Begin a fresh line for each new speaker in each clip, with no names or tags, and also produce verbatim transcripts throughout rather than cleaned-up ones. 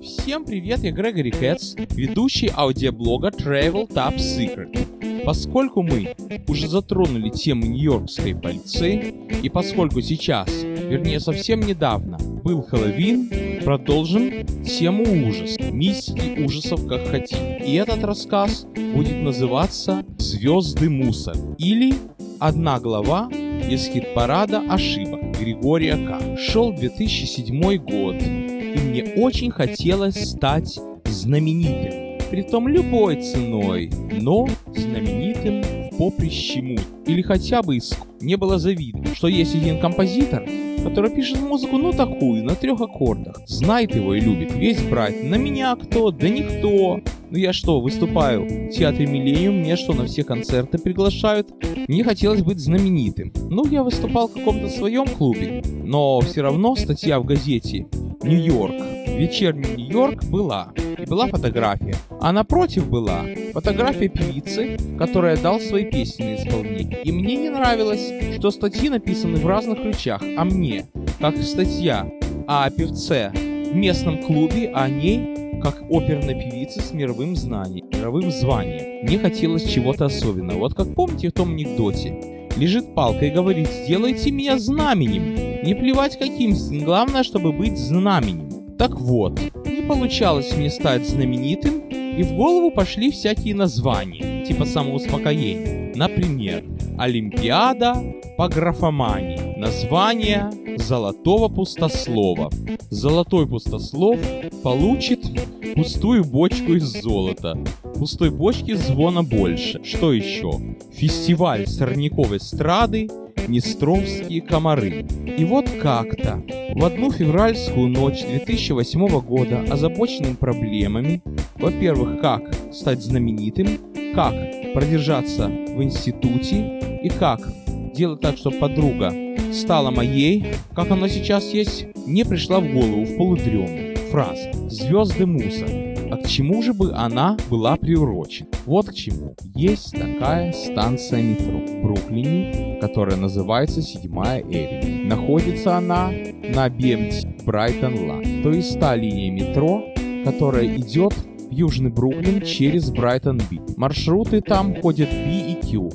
Всем привет, я Грегори Кэтс, ведущий аудиоблога Travel Top Secret. Поскольку мы уже затронули тему нью-йоркской полиции, и поскольку сейчас, вернее совсем недавно, был Хэллоуин, продолжим тему ужасов, мистики ужасов как хотим. И этот рассказ будет называться «Звезды мусор» или «Одна глава из хит-парада ошибок» Григория К. Шел две тысячи седьмой год, и мне очень хотелось стать знаменитым. Притом любой ценой, но знаменитым в поприще му. Или хотя бы из... Мне было завидно, что есть один композитор, который пишет музыку, ну такую, на трех аккордах. Знает его и любит весь Брайтон. На меня кто? Да никто. Ну я что, выступаю в театре Миллениум, мне что, на все концерты приглашают? Мне хотелось быть знаменитым. Ну, я выступал в каком-то своем клубе, но все равно статья в газете «Нью-Йорк», «Вечерний Нью-Йорк» была. И была фотография. А напротив была фотография певицы, которая дал свои песни на исполнение. И мне не нравилось, что статьи написаны в разных ключах, а мне, как статья о певце в местном клубе, а о ней, как оперной певице с мировым знанием, мировым званием. Мне хотелось чего-то особенного. Вот как помните в том анекдоте? Лежит палка и говорит: сделайте меня знаменем. Не плевать каким, главное, чтобы быть знаменем. Так вот, не получалось мне стать знаменитым, и в голову пошли всякие названия, типа самоуспокоения. Например, Олимпиада по графомании. Название золотого пустослова. Золотой пустослов получит пустую бочку из золота. Пустой бочки звона больше. Что еще? Фестиваль сорняковой эстрады «Днестровские комары». И вот как-то в одну февральскую ночь две тысячи восьмого года, озабоченным проблемами, во-первых, как стать знаменитым, как продержаться в институте и как делать так, чтобы подруга стала моей, как оно сейчас есть, мне пришла в голову в полудреме фраза «Звезды мусор». А к чему же бы она была приурочена? Вот к чему. Есть такая станция метро в Бруклине, которая называется седьмая Эвеню. Находится она на би эм ти Брайтон Лайн, то есть та линия метро, которая идет в Южный Бруклин через Брайтон-Би. Маршруты там ходят B и Q.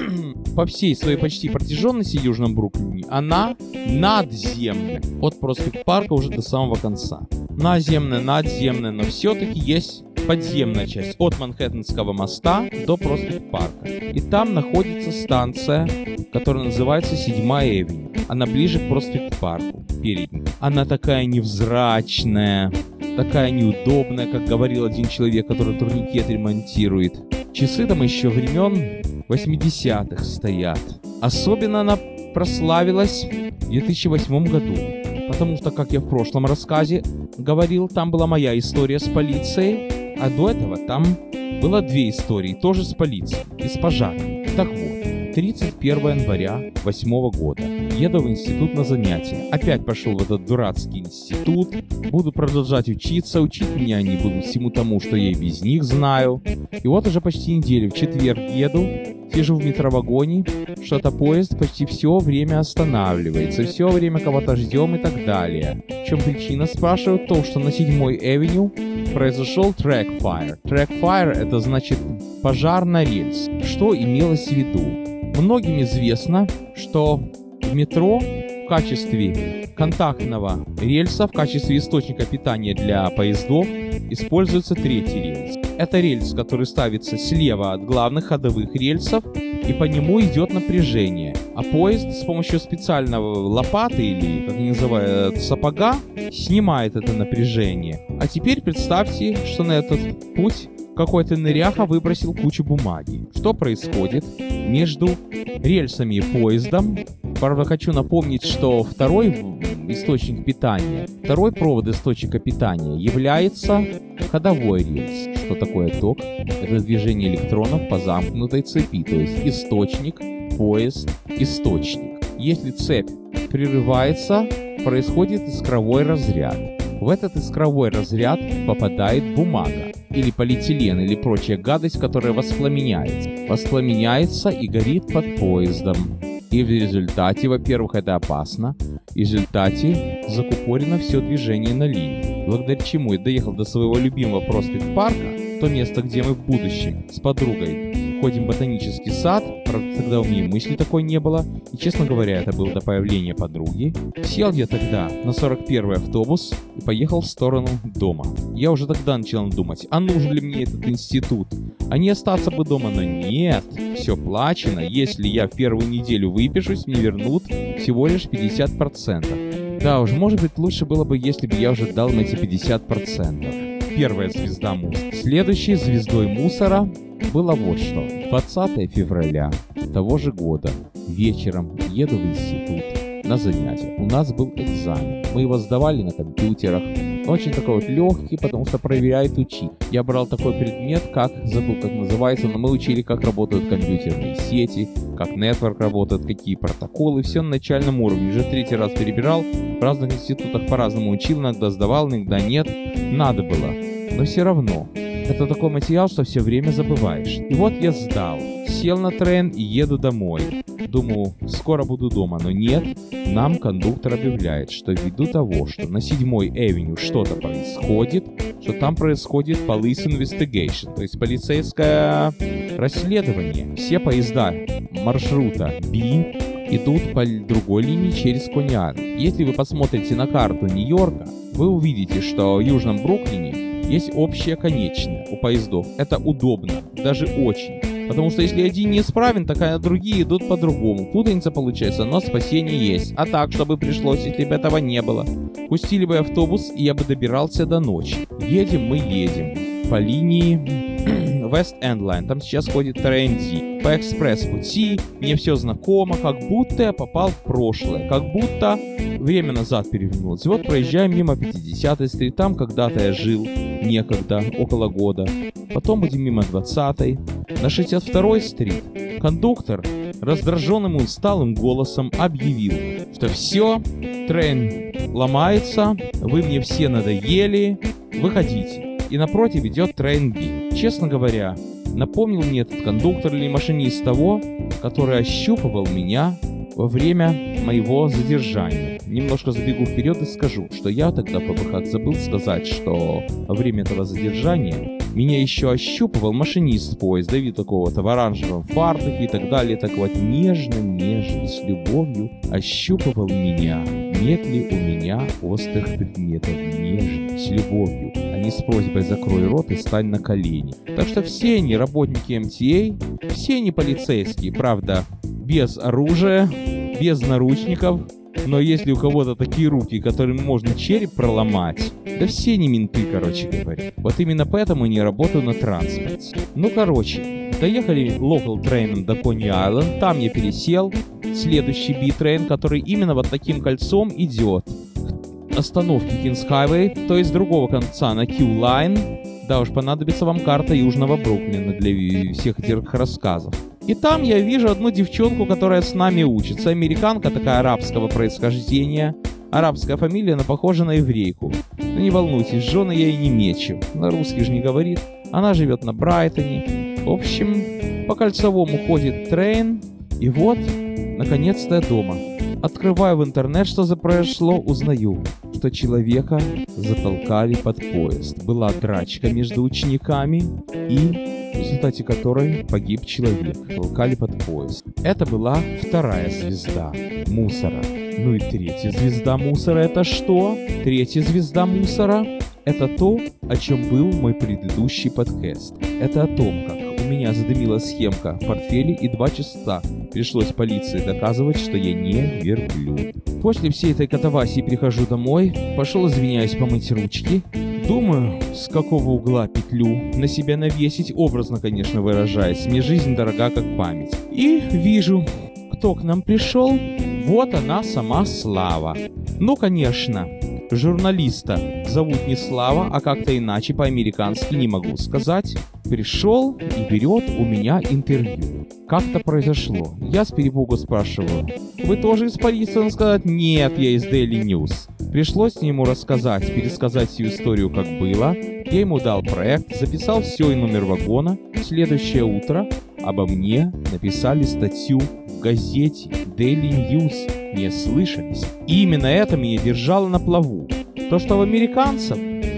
По всей своей почти протяженности в Южном Бруклине она надземная. От проспект Парка уже до самого конца. Наземная, надземная, но все-таки есть подземная часть от Манхэттенского моста до проспект Парка. И там находится станция, которая называется седьмая Эвеню. Она ближе к проспект Парку, передней. Она такая невзрачная, такая неудобная, как говорил один человек, который турникет ремонтирует. Часы там еще времен восьмидесятых стоят. Особенно она прославилась в две тысячи восьмом году, потому что, как я в прошлом рассказе говорил, там была моя история с полицией, а до этого там было две истории, тоже с полицией и с пожаром. Так вот, тридцать первого января восьмого года еду в институт на занятия. Опять пошел в этот дурацкий институт. Буду продолжать учиться. Учить меня они будут всему тому, что я и без них знаю. И вот уже почти неделю, в четверг еду, сижу в метровагоне, что-то поезд почти все время останавливается, все время кого-то ждем и так далее. В чем причина, спрашивают, то, что на седьмой Эвеню произошел track fire. Track fire — это значит пожар на рельс. Что имелось в виду? Многим известно, что в метро в качестве контактного рельса, в качестве источника питания для поездов используется третий рельс. Это рельс, который ставится слева от главных ходовых рельсов, и по нему идет напряжение. А поезд с помощью специального лопаты или, как называют, сапога снимает это напряжение. А теперь представьте, что на этот путь какой-то ныряха выбросил кучу бумаги. Что происходит между рельсами и поездом? Правда, хочу напомнить, что второй источник питания, второй провод источника питания является ходовой рельс. Что такое ток? Это движение электронов по замкнутой цепи, то есть источник, поезд, источник. Если цепь прерывается, происходит искровой разряд. В этот искровой разряд попадает бумага, или полиэтилен, или прочая гадость, которая воспламеняется. Воспламеняется и горит под поездом. И в результате, во-первых, это опасно, в результате закупорено все движение на линии. благодаря чему я доехал до своего любимого проспект-парка, то место, где мы в будущем с подругой ходим в ботанический сад. Правда, тогда у меня и мысли такой не было. И, честно говоря, это было до появления подруги. Сел я тогда на сорок первый автобус и поехал в сторону дома. Я уже тогда начал думать, а нужен ли мне этот институт? А не остаться бы дома, но нет. Все плачено. Если я в первую неделю выпишусь, мне вернут всего лишь пятьдесят процентов. Да уж, может быть, лучше было бы, если бы я уже дал на эти пятьдесят процентов. Первая звезда мусора. Следующей звездой мусора было вот что. двадцатого февраля того же года вечером еду в институт на занятия. У нас был экзамен. Мы его сдавали на компьютерах. Очень такой вот легкий, потому что проверяет учить. Я брал такой предмет, как, забыл как называется, но мы учили, как работают компьютерные сети, как нетворк работает, какие протоколы. Все на начальном уровне. Уже третий раз перебирал. В разных институтах по-разному учил, иногда сдавал, иногда нет. Надо было. Но все равно. Это такой материал, что все время забываешь. И вот я сдал. Сел на трен и еду домой. Думаю, скоро буду дома, но нет. Нам кондуктор объявляет, что ввиду того, что на седьмой авеню что-то происходит, что там происходит police investigation, то есть полицейское расследование. Все поезда маршрута B идут по другой линии через Кони-Айленд. Если вы посмотрите на карту Нью-Йорка, вы увидите, что в Южном Бруклине есть общее конечное у поездов. Это удобно, даже очень. Потому что если один неисправен, так другие идут по-другому. Путаница получается, но спасение есть. А так, чтобы пришлось, если бы этого не было. Пустили бы автобус, и я бы добирался до ночи. Едем мы едем по линии West End Line. Там сейчас ходит ТРНД. По экспресс-пути мне все знакомо, как будто я попал в прошлое. Как будто время назад перевернулось. Вот проезжаем мимо пятидесятой стрит. Там когда-то я жил. Некогда, около года. Потом будем мимо двадцатой. На шестьдесят второй стрит кондуктор раздраженным и усталым голосом объявил, что все, трен ломается, вы мне все надоели, выходите. И напротив идет трен Би. Честно говоря, напомнил мне этот кондуктор или машинист того, который ощупывал меня во время моего задержания. Немножко забегу вперед и скажу, что я тогда по БХ забыл сказать, что во время этого задержания меня еще ощупывал машинист поезда, вид такого-то в оранжевом фартуке и так далее. Так вот, нежно-нежно, с любовью ощупывал меня. Нет ли у меня острых предметов? Нежно, с любовью, а не с просьбой «закрой рот и стань на колени». Так что все они работники эм ти эй, все они полицейские, правда, без оружия, без наручников. Но если у кого-то такие руки, которыми можно череп проломать, да все не менты, короче говоря. Вот именно поэтому я не работаю на транспорте. Ну, короче, доехали локал трейном до Кони-Айленд, там я пересел, следующий би-трейн, который именно вот таким кольцом идет к остановке Kings Highway, то есть с другого конца на Q-Line. Да уж, понадобится вам карта Южного Бруклина для всех этих рассказов. И там я вижу одну девчонку, которая с нами учится. Американка такая арабского происхождения. Арабская фамилия, она похожа на еврейку. Но не волнуйтесь, жены я ей не мечу. На русский же не говорит. Она живет на Брайтоне. В общем, по кольцевому ходит трейн. И вот, наконец-то я дома. Открываю в интернет, что за произошло, узнаю, что человека затолкали под поезд. Была драчка между учениками, и в результате которой погиб человек. Толкали под поезд. Это была вторая звезда мусора. Ну и третья звезда мусора — это что? Третья звезда мусора — это то, о чем был мой предыдущий подкаст. Это о том, как у меня задымила схемка в портфеле, и два часа пришлось полиции доказывать, что я не верблюд. После всей этой катавасии прихожу домой, пошел, извиняюсь, помыть ручки. Думаю, с какого угла петлю на себя навесить, образно, конечно, выражаясь. Мне жизнь дорога, как память. И вижу, кто к нам пришел. Вот она, сама Слава. Ну, конечно, журналиста зовут не Слава, а как-то иначе, по-американски не могу сказать. Пришел и берет у меня интервью. Как-то произошло. Я с перепугу спрашиваю: вы тоже из полиции? Он сказал: нет, я из Daily News. Пришлось ему рассказать, пересказать всю историю, как было. Я ему дал проект, записал все и номер вагона. Следующее утро обо мне написали статью в газете Daily News. Не слышались. И именно это меня держало на плаву. То, что у американцев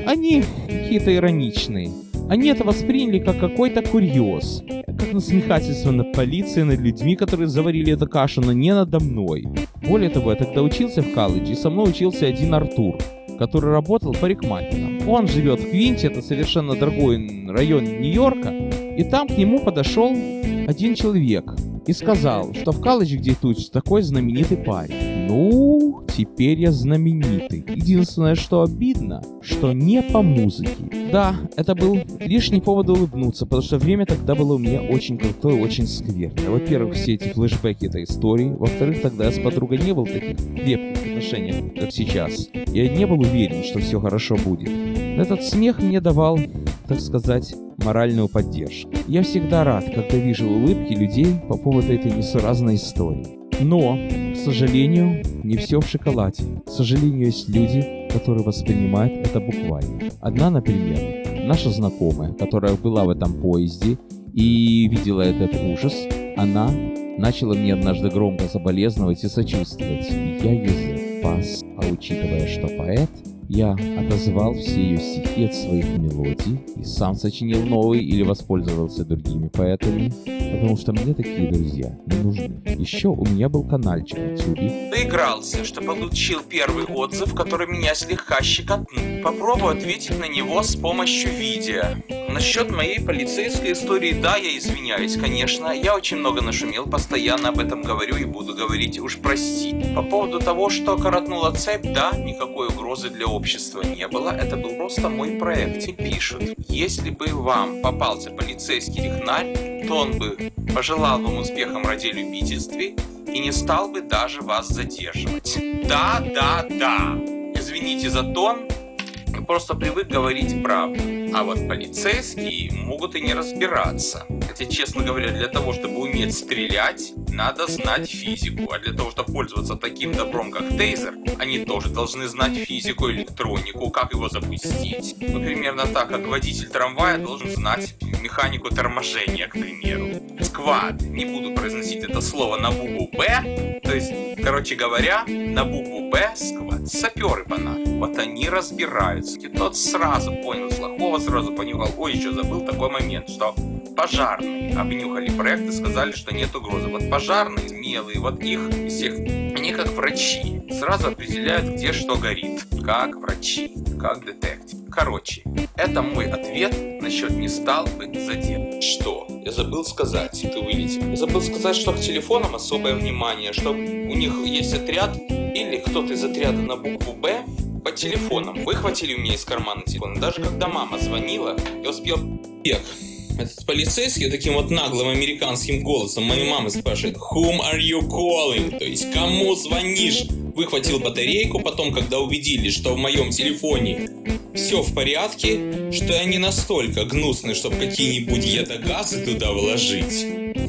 они какие-то ироничные. Они это восприняли как какой-то курьез, как насмехательство над полицией, над людьми, которые заварили эту кашу, но не надо мной. Более того, я тогда учился в колледже, и со мной учился один Артур, который работал парикмахером. Он живет в Квинте, это совершенно другой район Нью-Йорка, и там к нему подошел один человек и сказал, что в колледже, где ты учишься, такой знаменитый парень. Ну, теперь я знаменитый. Единственное, что обидно, что не по музыке. Да, это был лишний повод улыбнуться, потому что время тогда было у меня очень крутое, очень скверное. Во-первых, все эти флешбеки этой истории. Во-вторых, тогда я с подругой не был в таких крепких отношениях, как сейчас. Я не был уверен, что все хорошо будет. Но этот смех мне давал, так сказать, моральную поддержку. Я всегда рад, когда вижу улыбки людей по поводу этой несуразной истории. Но, к сожалению, не все в шоколаде. К сожалению, есть люди, которые воспринимают это буквально. Одна, например, наша знакомая, которая была в этом поезде и видела этот ужас, она начала мне однажды громко соболезновать и сочувствовать. Я ее спас, а учитывая, что поэт, я отозвал все ее стихи от своих мелодий и сам сочинил новые или воспользовался другими поэтами, потому что мне такие друзья не нужны. Еще у меня был каналчик на ютубе.
Доигрался, что получил первый отзыв, который меня слегка щекотнул. Попробую ответить на него с помощью видео. Насчет моей полицейской истории, да, я извиняюсь, конечно. Я очень много нашумел, постоянно об этом говорю и буду говорить, уж прости. По поводу того, что коротнула цепь, да, никакой угрозы для общества не было. Это был просто мой проект. И пишут, если бы вам попался полицейский технарь, то он бы пожелал вам успехом в радиолюбительстве и не стал бы даже вас задерживать. Да, да, да. Извините за тон. Просто привык говорить правду. А вот полицейские могут и не разбираться. Хотя, честно говоря, для того, чтобы уметь стрелять, надо знать физику. А для того, чтобы пользоваться таким добром, как тейзер, они тоже должны знать физику, электронику, как его запустить. Ну, примерно так, как водитель трамвая должен знать механику торможения, к примеру. Сквад. Не буду произносить это слово на букву «Б». То есть, короче говоря, на букву «Б» сквад. Саперы бананы. Вот они разбираются. И тот сразу понял плохого, сразу понюхал. Ой, еще забыл такой момент, что пожарные обнюхали проект и сказали, что нет угрозы. Вот пожарные, смелые, вот их всех, они как врачи. Сразу определяют, где что горит. Как врачи, как детектив. Короче, это мой ответ насчет не стал бы задет. Что? Я забыл сказать, ты вылетел. Я забыл сказать, что к телефонам особое внимание, что у них есть отряд или кто-то из отряда на букву «Б» по телефонам. Выхватили у меня из кармана телефон. Даже когда мама звонила, я успел... Эх, этот полицейский таким вот наглым американским голосом моей мамы спрашивает «Whom are you calling?» То есть «Кому звонишь?» Выхватил батарейку, потом, когда убедились, что в моем телефоне все в порядке, что я не настолько гнусный, чтобы какие-нибудь ядогазы туда вложить.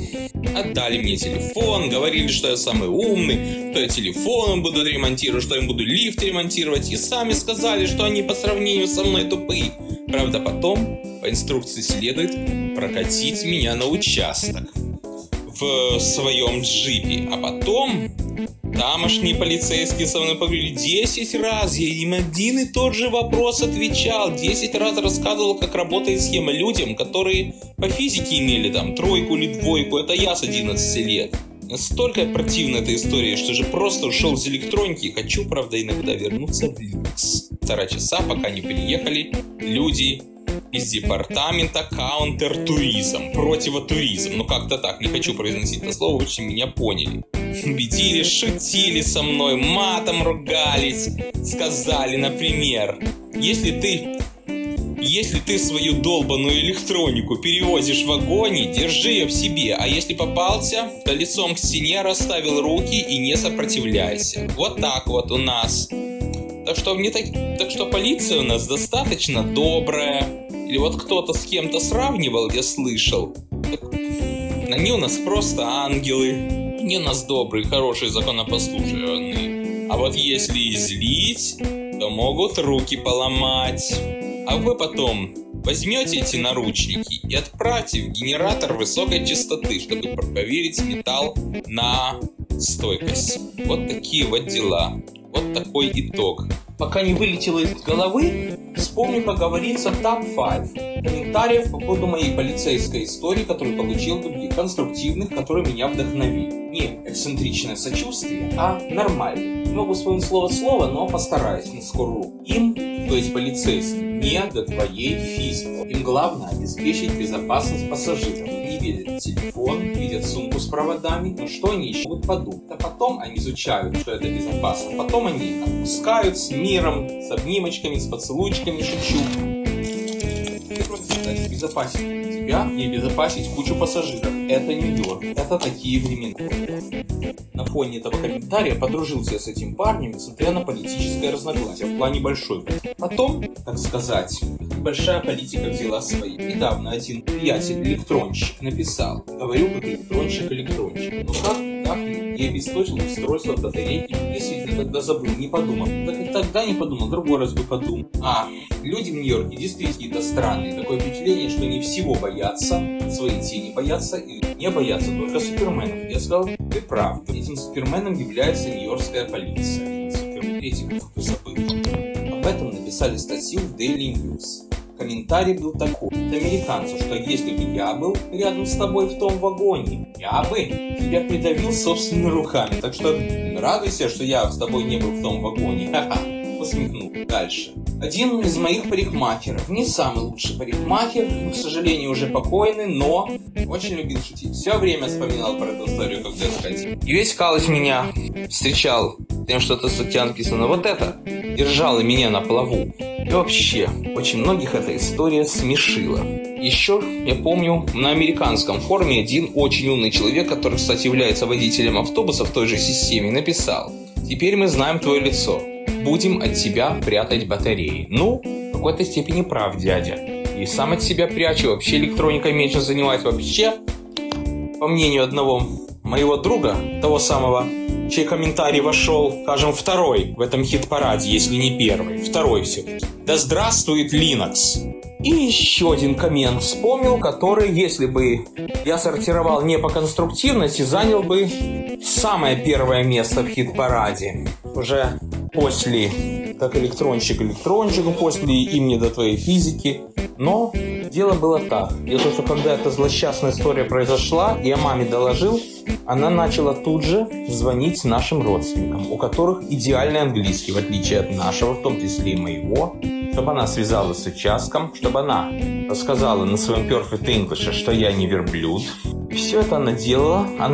Отдали мне телефон, говорили, что я самый умный, что я телефоном буду ремонтировать, что я буду лифт ремонтировать, и сами сказали, что они по сравнению со мной тупые. Правда, потом по инструкции следует прокатить меня на участок в своем джипе, а потом тамошние полицейские со мной поговорили десять раз, я им один и тот же вопрос отвечал, десять раз рассказывал, как работает схема людям, которые по физике имели там тройку или двойку, это я с одиннадцати лет. Настолько противна эта история, что же просто ушел из электроники и хочу, правда, иногда вернуться в люкс. Полтора часа, пока не приехали люди из департамента каунтертуризм, противотуризм. Ну как-то так, не хочу произносить это слово, очень меня поняли. Бедили, шутили со мной, матом ругались. Сказали, например, если ты, если ты свою долбаную электронику перевозишь в вагоне, держи ее в себе, а если попался, то лицом к стене расставил руки и не сопротивляйся. Вот так вот у нас. Так что, не так, так что полиция у нас достаточно добрая. Или вот кто-то с кем-то сравнивал, я слышал. Так, они у нас просто ангелы. Они у нас добрые, хорошие, законопослушные. А вот если и злить, то могут руки поломать. А вы потом возьмете эти наручники и отправьте в генератор высокой частоты, чтобы проверить металл на стойкость. Вот такие вот дела. Вот такой итог. пока не вылетело из головы, вспомню, как говорится, топ пять комментариев по поводу моей полицейской истории, которую получил других, конструктивных, которые меня вдохновили. Не эксцентричное сочувствие, а нормальное. Не могу вспомнить слово-слово, но постараюсь на скорую. Им, то есть полицейским, не до твоей физики. Им главное обеспечить безопасность пассажиров. Они видят телефон, видят сумку с проводами, но что они еще могут подумать? А потом они изучают, что это безопасно. Потом они отпускают с миром, с обнимочками, с поцелуйчиками, шучу. Безопасить тебя и обезопасить кучу пассажиров. Это Нью-Йорк. Это такие времена. На фоне этого комментария подружился я с этим парнем, несмотря на политическое разногласие в плане большой. Потом, так сказать, большая политика взяла свои. Недавно один приятель-электронщик написал. Говорю, как электронщик-электронщик. Но как так не обесточил устройство батарейки? Действительно, тогда забыл, не подумал. Так и тогда не подумал, другой раз бы подумал. А, люди в Нью-Йорке действительно какие-то странные. Такое впечатление, что они всего боятся, свои тени боятся и не боятся только суперменов. Я сказал, ты прав. Этим суперменом является нью-йоркская полиция. Супермен, кто забыл. Об этом написали статью в Daily News. Комментарий был такой от американцев, что если бы я был рядом с тобой в том вагоне, я бы тебя придавил собственными руками. Так что радуйся, что я с тобой не был в том вагоне. Ха-ха. Посмехнул. Дальше. Один из моих парикмахеров, не самый лучший парикмахер, к сожалению, уже покойный, но очень любил шутить. Все время вспоминал про эту историю, когда я сходил. И весь Калыч меня встречал тем, что-то в статье написано. Вот это держало меня на плаву. И вообще, очень многих эта история смешила. Еще, я помню, на американском форуме один очень умный человек, который, кстати, является водителем автобуса в той же системе, написал: «Теперь мы знаем твое лицо. Будем от тебя прятать батареи». Ну, в какой-то степени прав дядя. И сам от себя прячу. Вообще электроникой меньше занимаюсь. Вообще, по мнению одного моего друга, того самого, чей комментарий вошел, скажем, второй в этом хит-параде, если не первый. Второй все-таки. Да здравствует Linux. И еще один коммент вспомнил, который, если бы я сортировал не по конструктивности, занял бы самое первое место в хит-параде. Уже после, как электронщик электронщику, после «Им не до твоей физики». Но дело было так. Дело в том, что когда эта злосчастная история произошла, я маме доложил, она начала тут же звонить нашим родственникам, у которых идеальный английский, в отличие от нашего, в том числе и моего, чтобы она связалась с участком, чтобы она рассказала на своем Perfect English, что я не верблюд. И все это она делала, она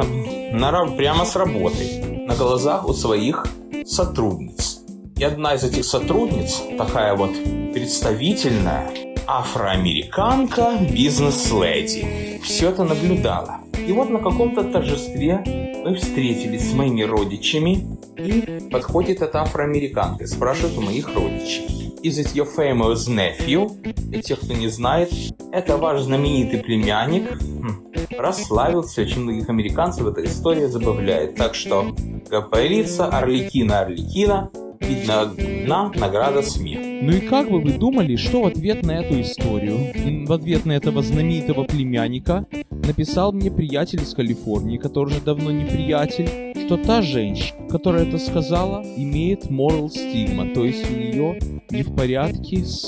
прямо с работы, на глазах у своих сотрудниц. И одна из этих сотрудниц, такая вот представительная, афроамериканка, бизнес-леди, все это наблюдала. И вот на каком-то торжестве мы встретились с моими родичами, и подходит эта афроамериканка и спрашивает у моих родичей: «Is it your famous nephew?» Для тех, кто не знает, это ваш знаменитый племянник. Хм, расслабился, очень многих американцев эта история забавляет. Так что, как говорится, Арлекина, Арлекина, видно одна награда смех.
Ну и как бы вы думали, что в ответ на эту историю, в ответ на этого знаменитого племянника, написал мне приятель из Калифорнии, который уже давно не приятель, что та женщина, которая это сказала, имеет moral stigma, то есть у нее не в порядке с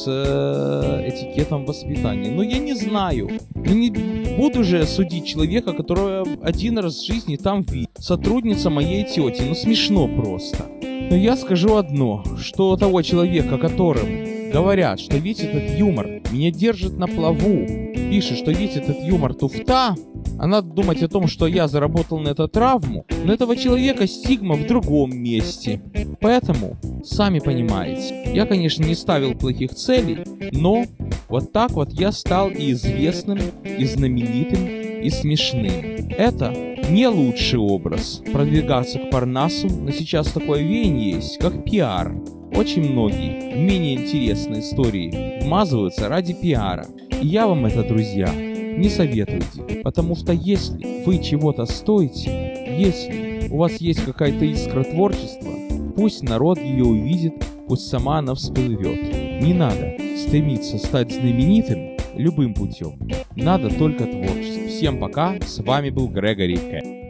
э, этикетом воспитания. Но я не знаю, ну не буду же судить человека, которого один раз в жизни там видел. Сотрудница моей тети, ну смешно просто. Но я скажу одно, что того человека, о котором говорят, что весь этот юмор меня держит на плаву, пишет, что весь этот юмор туфта, а надо думать о том, что я заработал на эту травму, но этого человека стигма в другом месте. Поэтому, сами понимаете, я, конечно, не ставил плохих целей, но вот так вот я стал и известным, и знаменитым, и смешным. Это не лучший образ продвигаться к Парнасу, но сейчас такое веяние есть, как пиар. Очень многие менее интересные истории вмазываются ради пиара. И я вам это, друзья, не советую, потому что если вы чего-то стоите, если у вас есть какая-то искра творчества, пусть народ ее увидит, пусть сама она всплывет. Не надо стремиться стать знаменитым любым путем. Надо только творчество. Всем пока, с вами был Грегори Кэт.